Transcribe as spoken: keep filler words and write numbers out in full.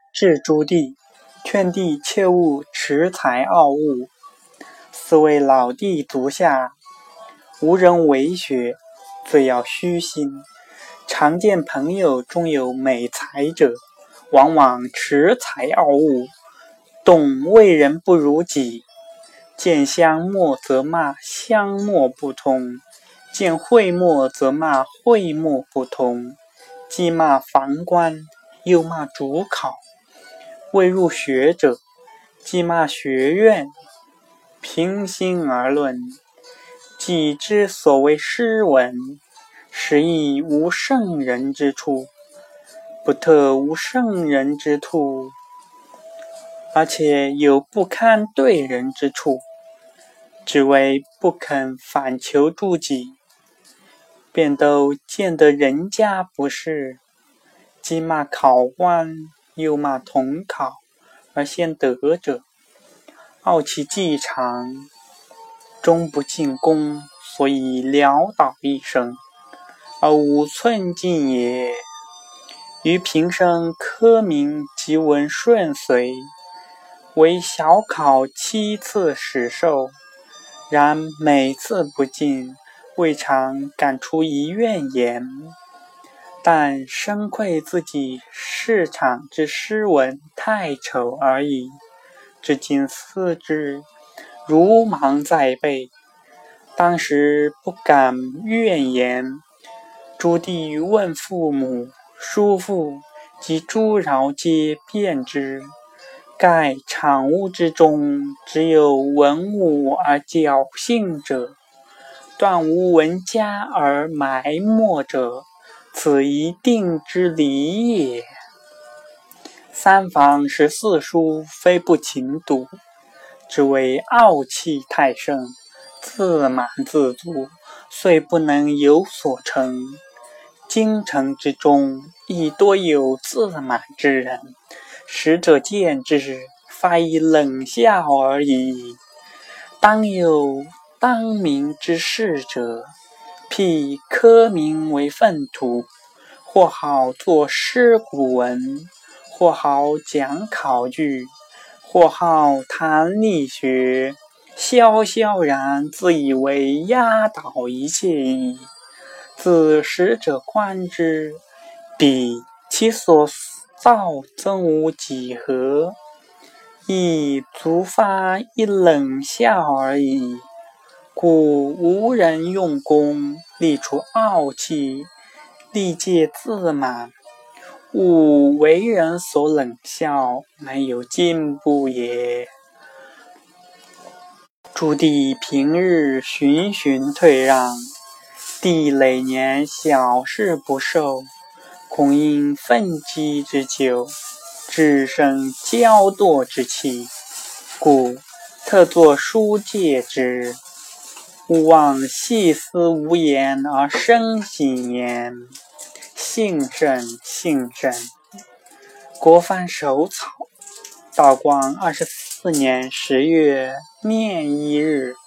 至朱棣，劝帝切勿恃才傲物。四位老弟足下，无人为学，最要虚心。常见朋友中有美才者，往往恃才傲物，懂为人不如己。见香墨则骂香墨不通，见讳墨则骂讳墨不通，既骂房官，又骂主考。未入学者，既骂学院。平心而论，己之所谓诗文，实亦无圣人之处，不特无圣人之徒，而且有不堪对人之处，只为不肯反求诸己，便都见得人家不是，既骂考官，又骂同考，而先得者，傲其技长，终不进攻，所以潦倒一生，而无寸进也。于平生科名即闻顺遂，为小考七次始受，然每次不进，未尝感出一怨言，但深愧自己市场之诗文太丑而已。至今思之，如芒在背。当时不敢怨言。朱棣问父母、叔父及诸饶皆辩之，盖场屋之中，只有文武而侥幸者，断无文家而埋没者，此一定之理也。三房十四书，非不勤读，只为傲气太盛，自满自足，遂不能有所成。京城之中，亦多有自满之人，使者见之，发以冷笑而已。当有当明之士者，辟科名为粪土，或好作诗古文，或好讲考据，或好谈力学，萧萧然自以为压倒一切矣。自使者观之，彼其所造曾无几何，亦足发一冷笑而已。故无人用功，力除傲气，力戒自满，吾为人所冷笑，乃有进步也。朱棣平日循循退让，帝累年小事不受，恐因愤激之久，致生骄惰之气，故特作书戒之。勿忘细思无言而生谨言，幸甚幸甚。国藩手草。道光二十四年十月廿一日。